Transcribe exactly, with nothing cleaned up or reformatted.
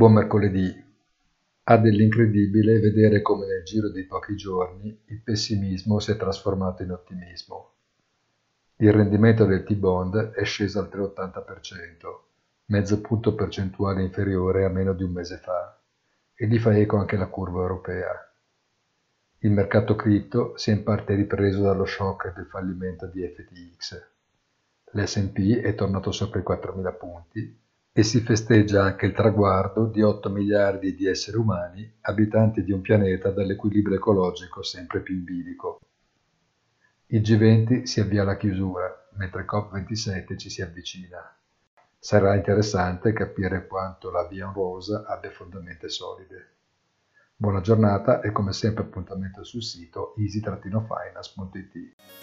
Buon mercoledì. Ha dell'incredibile vedere come nel giro di pochi giorni il pessimismo si è trasformato in ottimismo. Il rendimento del T-Bond è sceso al tre virgola ottanta per cento, mezzo punto percentuale inferiore a meno di un mese fa, e gli fa eco anche la curva europea. Il mercato cripto si è in parte ripreso dallo shock del fallimento di F T X. L'S and P è tornato sopra i quattromila punti e si festeggia anche il traguardo di otto miliardi di esseri umani, abitanti di un pianeta dall'equilibrio ecologico sempre più in bilico. Il G venti si avvia alla chiusura, mentre il COP ventisette ci si avvicina. Sarà interessante capire quanto la via in rosa abbia fondamenta solide. Buona giornata e come sempre appuntamento sul sito easy finance punto it.